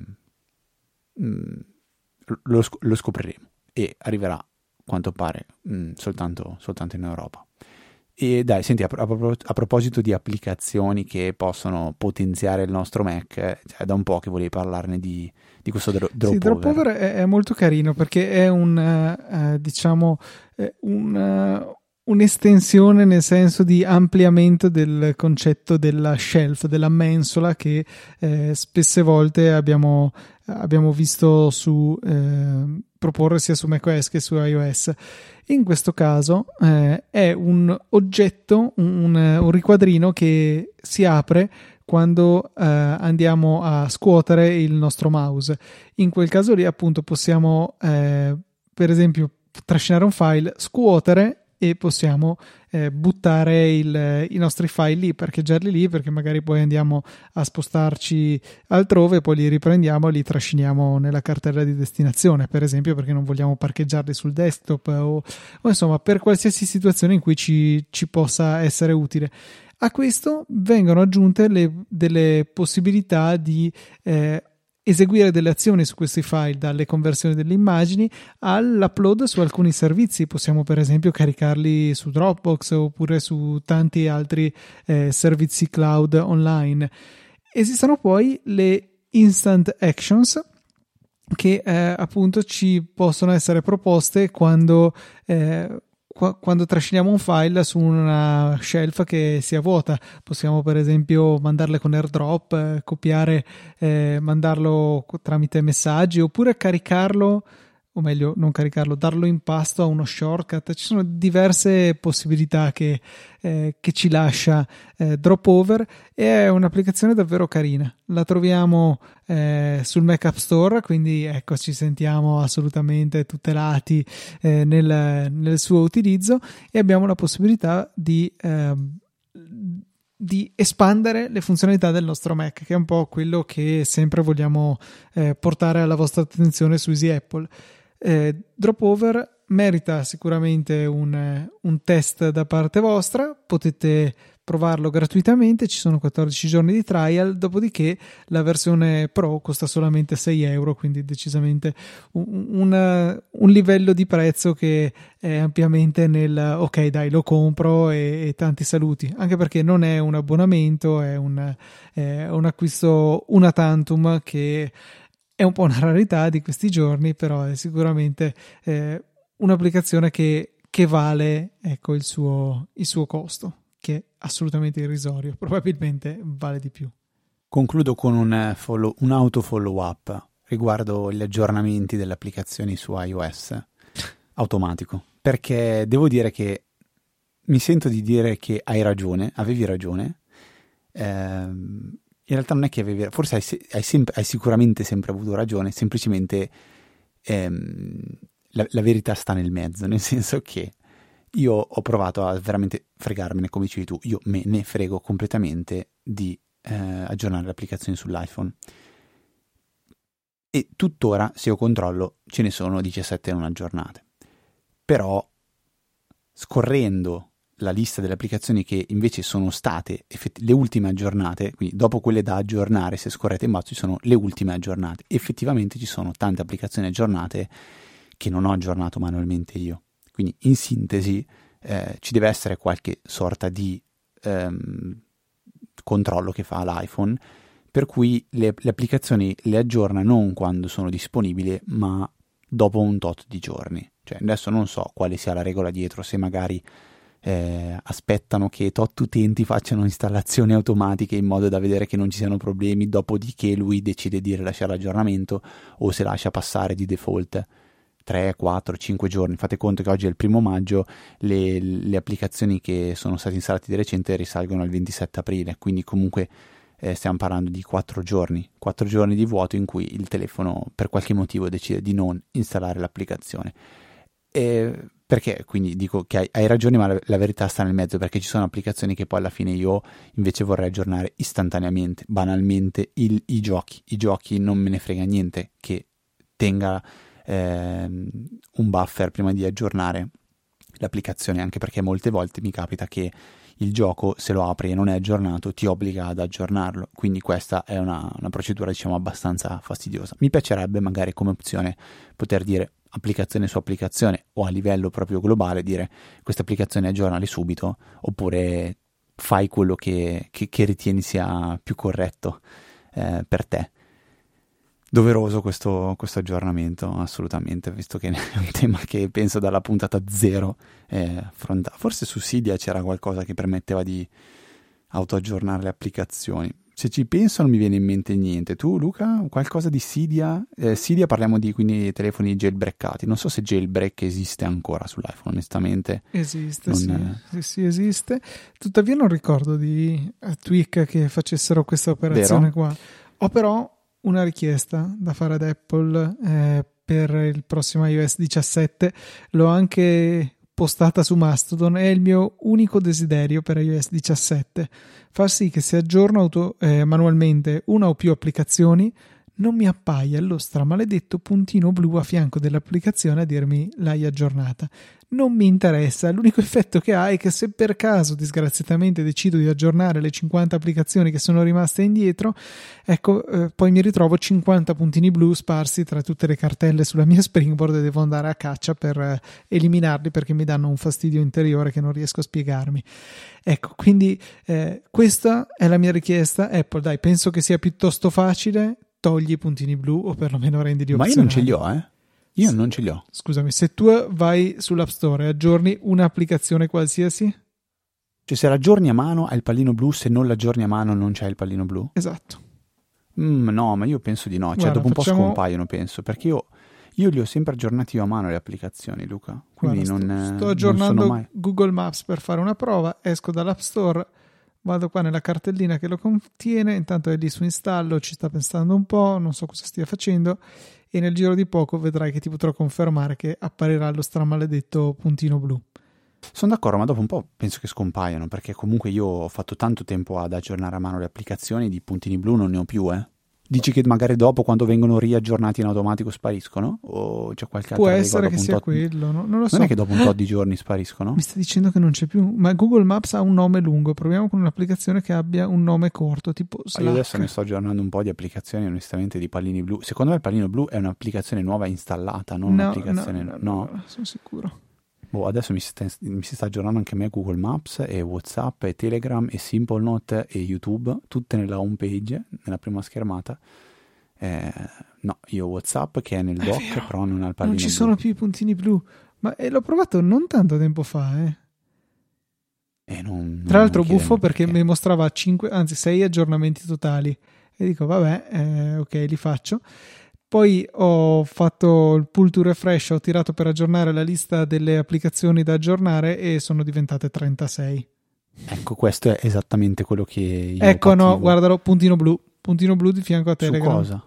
Speaker 2: mh, lo, lo scopriremo, e arriverà, a quanto pare, mh, soltanto, soltanto in Europa. E dai, senti, a, a, a proposito di applicazioni che possono potenziare il nostro Mac, cioè, è da un po' che volevi parlarne di, di questo dro- Draw
Speaker 1: Sì,
Speaker 2: Power.
Speaker 1: Draw Power è, è molto carino perché è un, uh, diciamo, un, uh, un'estensione, nel senso di ampliamento del concetto della shelf, della mensola, che eh, spesse volte abbiamo, abbiamo visto su eh, proporre sia su macOS che su iOS. In questo caso eh, è un oggetto, un, un riquadrino che si apre quando eh, andiamo a scuotere il nostro mouse. In quel caso lì appunto possiamo eh, per esempio trascinare un file, scuotere e possiamo eh, buttare il, i nostri file lì, parcheggiarli lì, perché magari poi andiamo a spostarci altrove, poi li riprendiamo e li trasciniamo nella cartella di destinazione, per esempio, perché non vogliamo parcheggiarli sul desktop o, o insomma per qualsiasi situazione in cui ci, ci possa essere utile. A questo vengono aggiunte le, delle possibilità di eh, eseguire delle azioni su questi file, dalle conversioni delle immagini all'upload su alcuni servizi. Possiamo per esempio caricarli su Dropbox oppure su tanti altri eh, servizi cloud online. Esistono poi le instant actions che eh, appunto ci possono essere proposte quando eh, quando trasciniamo un file su una shelf che sia vuota. Possiamo per esempio mandarle con AirDrop, eh, copiare, eh, mandarlo tramite messaggi, oppure caricarlo, o meglio non caricarlo, darlo in pasto a uno shortcut. Ci sono diverse possibilità che, eh, che ci lascia eh, Dropover, e è un'applicazione davvero carina. La troviamo eh, sul Mac App Store, quindi ecco, ci sentiamo assolutamente tutelati eh, nel, nel suo utilizzo, e abbiamo la possibilità di eh, di espandere le funzionalità del nostro Mac, che è un po' quello che sempre vogliamo eh, portare alla vostra attenzione su Easy Apple. Eh, Dropover merita sicuramente un, un test da parte vostra, potete provarlo gratuitamente, ci sono quattordici giorni di trial, dopodiché la versione Pro costa solamente sei euro, quindi decisamente un, un, un livello di prezzo che è ampiamente nel ok dai lo compro e, e tanti saluti, anche perché non è un abbonamento, è un, è un acquisto una tantum, che è un po' una rarità di questi giorni, però è sicuramente eh, un'applicazione che, che vale ecco il suo, il suo costo, che è assolutamente irrisorio, probabilmente vale di più.
Speaker 2: Concludo con un, follow, un auto follow up riguardo gli aggiornamenti delle applicazioni su iOS automatico, perché devo dire che mi sento di dire che hai ragione, avevi ragione. ehm, In realtà non è che avevi, forse hai, hai, sempre, hai sicuramente sempre avuto ragione, semplicemente ehm, la, la verità sta nel mezzo, nel senso che io ho provato a veramente fregarmene, come dicevi tu, io me ne frego completamente di eh, aggiornare le applicazioni sull'iPhone. E tuttora, se io controllo, ce ne sono diciassette non aggiornate. Però, scorrendo la lista delle applicazioni che invece sono state effetti- le ultime aggiornate, quindi dopo quelle da aggiornare, se scorrete in basso ci sono le ultime aggiornate. Effettivamente ci sono tante applicazioni aggiornate che non ho aggiornato manualmente io. Quindi in sintesi eh, ci deve essere qualche sorta di ehm, controllo che fa l'iPhone, per cui le, le applicazioni le aggiorna non quando sono disponibili, ma dopo un tot di giorni. Cioè adesso non so quale sia la regola dietro, se magari Eh, aspettano che tot utenti facciano installazioni automatiche in modo da vedere che non ci siano problemi, dopodiché lui decide di rilasciare l'aggiornamento, o se lascia passare di default tre, quattro, cinque giorni. Fate conto che oggi è il primo maggio, le, le applicazioni che sono state installate di recente risalgono al ventisette aprile, quindi comunque eh, stiamo parlando di quattro giorni, quattro giorni di vuoto in cui il telefono per qualche motivo decide di non installare l'applicazione. E perché quindi dico che hai, hai ragione, ma la, la verità sta nel mezzo, perché ci sono applicazioni che poi alla fine io invece vorrei aggiornare istantaneamente. Banalmente il, i giochi i giochi non me ne frega niente che tenga ehm, un buffer prima di aggiornare l'applicazione, anche perché molte volte mi capita che il gioco, se lo apri e non è aggiornato, ti obbliga ad aggiornarlo, quindi questa è una, una procedura diciamo abbastanza fastidiosa. Mi piacerebbe magari come opzione poter dire applicazione su applicazione, o a livello proprio globale dire questa applicazione aggiornali subito, oppure fai quello che, che, che ritieni sia più corretto eh, per te. Doveroso questo, questo aggiornamento, assolutamente, visto che è un tema che penso dalla puntata zero eh, affronta. Forse su Cydia c'era qualcosa che permetteva di autoaggiornare le applicazioni. se ci penso non mi viene in mente niente. Tu, Luca, qualcosa di Cydia? Eh, Cydia parliamo di quindi telefoni jailbreakati. Non so se jailbreak esiste ancora sull'iPhone, onestamente.
Speaker 1: Esiste,
Speaker 2: non...
Speaker 1: sì, sì, sì, esiste. Tuttavia non ricordo di eh, Tweak che facessero questa operazione
Speaker 2: Vero?
Speaker 1: qua. Ho però una richiesta da fare ad Apple eh, per il prossimo iOS diciassette. L'ho anche postata su Mastodon. È il mio unico desiderio per iOS diciassette. Far sì che se aggiorno auto, eh, manualmente una o più applicazioni non mi appaia lo stramaledetto puntino blu a fianco dell'applicazione a dirmi l'hai aggiornata. Non mi interessa, l'unico effetto che ha è che se per caso disgraziatamente decido di aggiornare le cinquanta applicazioni che sono rimaste indietro, ecco, eh, poi mi ritrovo cinquanta puntini blu sparsi tra tutte le cartelle sulla mia Springboard e devo andare a caccia per eh, eliminarli perché mi danno un fastidio interiore che non riesco a spiegarmi. Ecco, quindi eh, questa è la mia richiesta. Apple, dai, penso che sia piuttosto facile. Togli i puntini blu o perlomeno rendili opzionali.
Speaker 2: Ma io non ce li ho, eh. Io non ce li ho.
Speaker 1: Scusami, se tu vai sull'App Store e aggiorni un'applicazione qualsiasi?
Speaker 2: Cioè se l'aggiorni a mano hai il pallino blu, se non l'aggiorni a mano non c'è il pallino blu?
Speaker 1: Esatto.
Speaker 2: Mm, no, ma io penso di no. Cioè
Speaker 1: Guarda,
Speaker 2: dopo un
Speaker 1: facciamo...
Speaker 2: po' scompaiono, penso. Perché io, io li ho sempre aggiornati io a mano le applicazioni, Luca. Quindi
Speaker 1: Guarda,
Speaker 2: non
Speaker 1: sto, sto
Speaker 2: non
Speaker 1: aggiornando
Speaker 2: sono mai...
Speaker 1: Google Maps per fare una prova. Esco dall'App Store, vado qua nella cartellina che lo contiene, intanto è lì su installo, ci sta pensando un po', non so cosa stia facendo, e nel giro di poco vedrai che ti potrò confermare che apparirà lo stramaledetto puntino blu.
Speaker 2: Sono d'accordo, ma dopo un po' penso che scompaiano, perché comunque io ho fatto tanto tempo ad aggiornare a mano le applicazioni, di puntini blu non ne ho più, eh. Dici che magari dopo, quando vengono riaggiornati in automatico, spariscono? O c'è qualche
Speaker 1: Può
Speaker 2: altra
Speaker 1: essere
Speaker 2: regola?
Speaker 1: che sia
Speaker 2: tot...
Speaker 1: quello, no? Non lo so.
Speaker 2: Non è che dopo un tot di giorni spariscono?
Speaker 1: Mi stai dicendo che non c'è più? Ma Google Maps ha un nome lungo, proviamo con un'applicazione che abbia un nome corto, tipo Slack.
Speaker 2: Io adesso ne sto aggiornando un po' di applicazioni, onestamente, di pallini blu. Secondo me il pallino blu è un'applicazione nuova installata, non
Speaker 1: no,
Speaker 2: un'applicazione...
Speaker 1: No, no,
Speaker 2: no.
Speaker 1: no, sono sicuro.
Speaker 2: Boh, adesso mi si, sta, mi si sta aggiornando anche a me Google Maps e WhatsApp e Telegram e Simple Note e YouTube, tutte nella home page, nella prima schermata. Eh, no, io WhatsApp che è nel
Speaker 1: è
Speaker 2: dock,
Speaker 1: vero,
Speaker 2: però non ha il pallino
Speaker 1: non ci
Speaker 2: blu.
Speaker 1: sono più i puntini blu, ma eh, l'ho provato non tanto tempo fa, eh.
Speaker 2: E non,
Speaker 1: Tra
Speaker 2: non,
Speaker 1: l'altro
Speaker 2: non
Speaker 1: buffo perché,
Speaker 2: perché
Speaker 1: mi mostrava cinque, anzi sei aggiornamenti totali e dico vabbè, eh, ok, li faccio. Poi ho fatto il pull to refresh, ho tirato per aggiornare la lista delle applicazioni da aggiornare e sono diventate trentasei.
Speaker 2: Ecco, questo è esattamente quello che io
Speaker 1: ecco
Speaker 2: pativo.
Speaker 1: No, guardalo, puntino blu puntino blu di fianco a Telegram.
Speaker 2: Su cosa?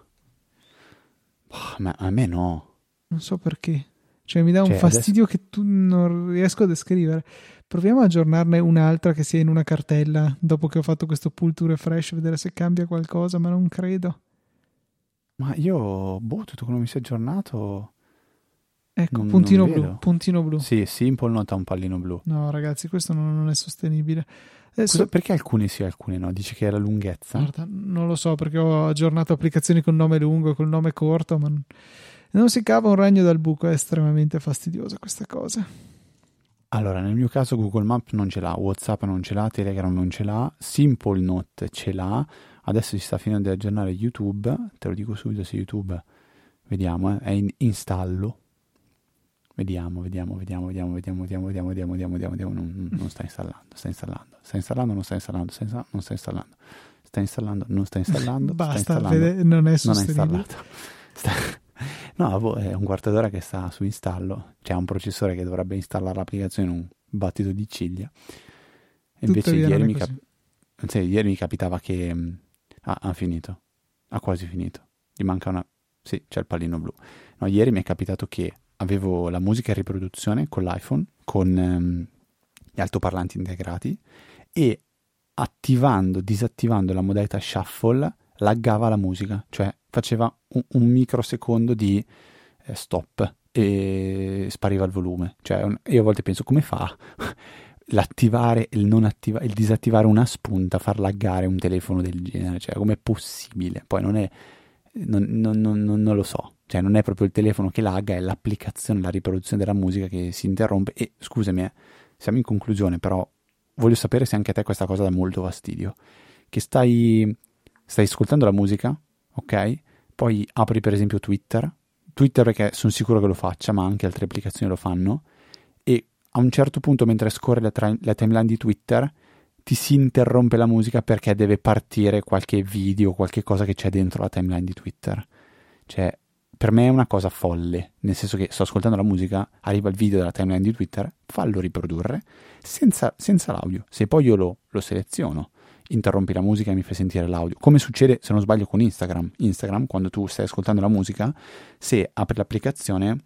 Speaker 2: Oh, ma a me no.
Speaker 1: Non so perché, cioè mi dà un
Speaker 2: Cioè,
Speaker 1: fastidio
Speaker 2: adesso...
Speaker 1: che tu non riesco a descrivere. Proviamo a aggiornarne un'altra che sia in una cartella dopo che ho fatto questo pull to refresh, vedere se cambia qualcosa, ma non credo.
Speaker 2: Ma io, boh, tutto quello che mi si è aggiornato...
Speaker 1: Ecco,
Speaker 2: non,
Speaker 1: puntino
Speaker 2: non
Speaker 1: blu,
Speaker 2: vedo.
Speaker 1: puntino blu.
Speaker 2: Sì, Simple Note ha un pallino blu.
Speaker 1: No, ragazzi, questo non, non è sostenibile. Adesso,
Speaker 2: Cosa, perché alcune sì e alcune no? Dici che è la lunghezza?
Speaker 1: guarda, non lo so, perché ho aggiornato applicazioni con nome lungo e col nome corto, ma non si cava un ragno dal buco, è estremamente fastidiosa questa cosa.
Speaker 2: Allora, nel mio caso Google Maps non ce l'ha, WhatsApp non ce l'ha, Telegram non ce l'ha, Simple Note ce l'ha, adesso si sta finendo di aggiornare YouTube, te lo dico subito se YouTube, vediamo, eh, è in installo, vediamo, vediamo, vediamo, vediamo, vediamo, vediamo, vediamo, vediamo, vediamo, vediamo, vediamo, non, non sta installando, sta installando, sta installando, non sta installando, sta installando, non sta installando, sta installando, non sta installando,
Speaker 1: Basta,
Speaker 2: sta installando,
Speaker 1: vede, non è
Speaker 2: non è
Speaker 1: sostenibile.
Speaker 2: installato. Sta... No, è un quarto d'ora che sta su installo. C'è un processore che dovrebbe installare l'applicazione in un battito di ciglia. E invece ieri mi, cap- sì, ieri mi capitava che mh, ah, ha finito, ha quasi finito. Gli manca una... Sì, c'è il pallino blu. No, ieri mi è capitato che avevo la musica in riproduzione con l'iPhone, con um, gli altoparlanti integrati, e attivando, disattivando la modalità shuffle laggava la musica, cioè faceva un, un microsecondo di eh, stop e spariva il volume. Cioè, un, io a volte penso, come fa l'attivare e il non attivare, il disattivare una spunta, far laggare un telefono del genere? Cioè, com'è possibile? Poi non è, non, non, non, non lo so, cioè non è proprio il telefono che lagga, è l'applicazione, la riproduzione della musica che si interrompe. E scusami, eh, siamo in conclusione, però voglio sapere se anche a te questa cosa dà molto fastidio, che stai stai ascoltando la musica, ok? Poi apri per esempio Twitter, Twitter perché sono sicuro che lo faccia, ma anche altre applicazioni lo fanno, e a un certo punto mentre scorre la, tra- la timeline di Twitter ti si interrompe la musica perché deve partire qualche video, qualche cosa che c'è dentro la timeline di Twitter. Cioè, per me è una cosa folle, nel senso che sto ascoltando la musica, arriva il video della timeline di Twitter, fallo riprodurre senza, senza l'audio. Se poi io lo, lo seleziono, interrompi la musica e mi fai sentire l'audio. Come succede, se non sbaglio, con Instagram. Instagram, quando tu stai ascoltando la musica, se apri l'applicazione,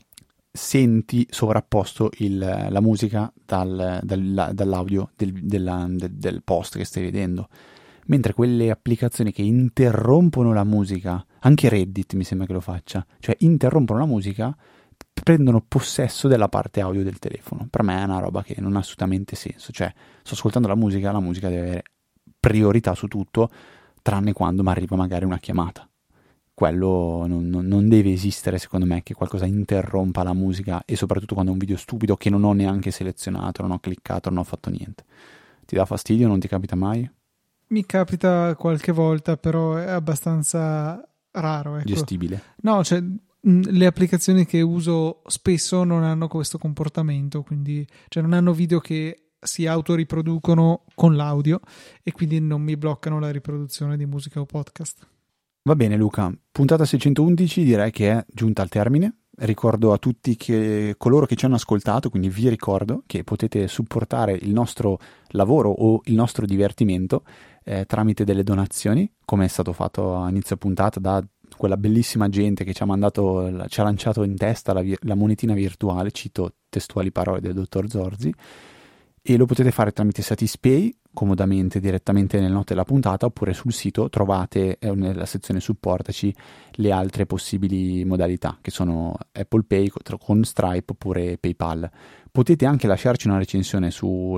Speaker 2: senti sovrapposto il, la musica dal, dal, dall'audio del, della, del, del post che stai vedendo. Mentre quelle applicazioni che interrompono la musica, anche Reddit mi sembra che lo faccia, cioè interrompono la musica, prendono possesso della parte audio del telefono. Per me è una roba che non ha assolutamente senso. Cioè, sto ascoltando la musica, la musica deve avere priorità su tutto, tranne quando mi arriva magari una chiamata. Quello non, non, non deve esistere, secondo me, che qualcosa interrompa la musica, e soprattutto quando è un video stupido che non ho neanche selezionato, non ho cliccato, non ho fatto niente. Ti dà fastidio? Non ti capita mai?
Speaker 1: Mi capita qualche volta, però è abbastanza raro. Ecco.
Speaker 2: Gestibile.
Speaker 1: No, cioè mh, le applicazioni che uso spesso non hanno questo comportamento, quindi cioè non hanno video che si autoriproducono con l'audio e quindi non mi bloccano la riproduzione di musica o podcast.
Speaker 2: Va bene Luca, puntata seicentoundici direi che è giunta al termine. Ricordo a tutti che coloro che ci hanno ascoltato, quindi vi ricordo che potete supportare il nostro lavoro o il nostro divertimento eh, tramite delle donazioni, come è stato fatto a inizio puntata da quella bellissima gente che ci ha mandato, ci ha lanciato in testa la, la monetina virtuale, cito testuali parole del dottor Zorzi, e lo potete fare tramite Satispay, comodamente direttamente nelle note della puntata, oppure sul sito trovate eh, nella sezione supportaci le altre possibili modalità, che sono Apple Pay con Stripe oppure PayPal. Potete anche lasciarci una recensione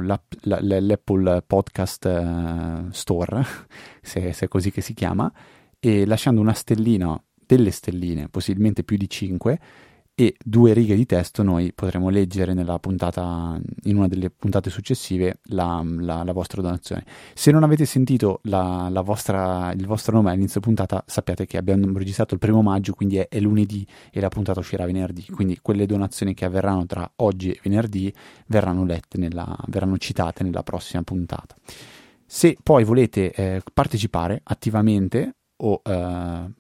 Speaker 2: sull'Apple Podcast uh, Store, se, se è così che si chiama, e lasciando una stellina, delle stelline, possibilmente più di cinque, e due righe di testo, noi potremo leggere nella puntata, in una delle puntate successive, la, la, la vostra donazione. Se non avete sentito la, la vostra, il vostro nome all'inizio puntata, sappiate che abbiamo registrato il primo maggio, quindi è, è lunedì e la puntata uscirà venerdì. Quindi quelle donazioni che avverranno tra oggi e venerdì verranno lette, nella, verranno citate nella prossima puntata. Se poi volete eh, partecipare attivamente o... Eh,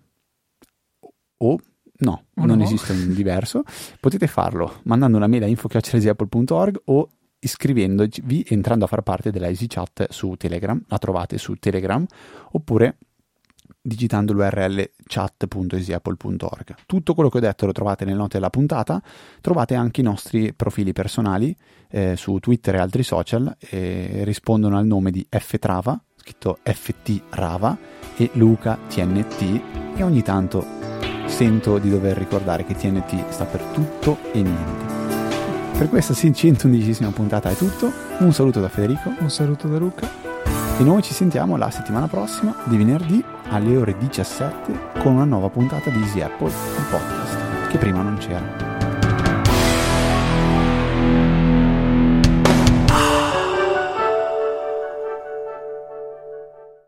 Speaker 2: o No, oh non no. esiste un diverso. Potete farlo mandando una mail a info chiocciola easy apple punto org o iscrivendovi, entrando a far parte della EasyChat su Telegram. La trovate su Telegram, oppure digitando l'U R L chat punto easy apple punto org. Tutto quello che ho detto lo trovate nelle note della puntata. Trovate anche i nostri profili personali eh, su Twitter e altri social, e rispondono al nome di Ftrava, scritto F T Rava, e Luca T N T, e ogni tanto sento di dover ricordare che T N T sta per tutto e niente. Per questa centoundicesima puntata è tutto. Un saluto da Federico,
Speaker 1: un saluto da Luca,
Speaker 2: e noi ci sentiamo la settimana prossima di venerdì alle ore diciassette con una nuova puntata di Easy Apple, un podcast che prima non c'era.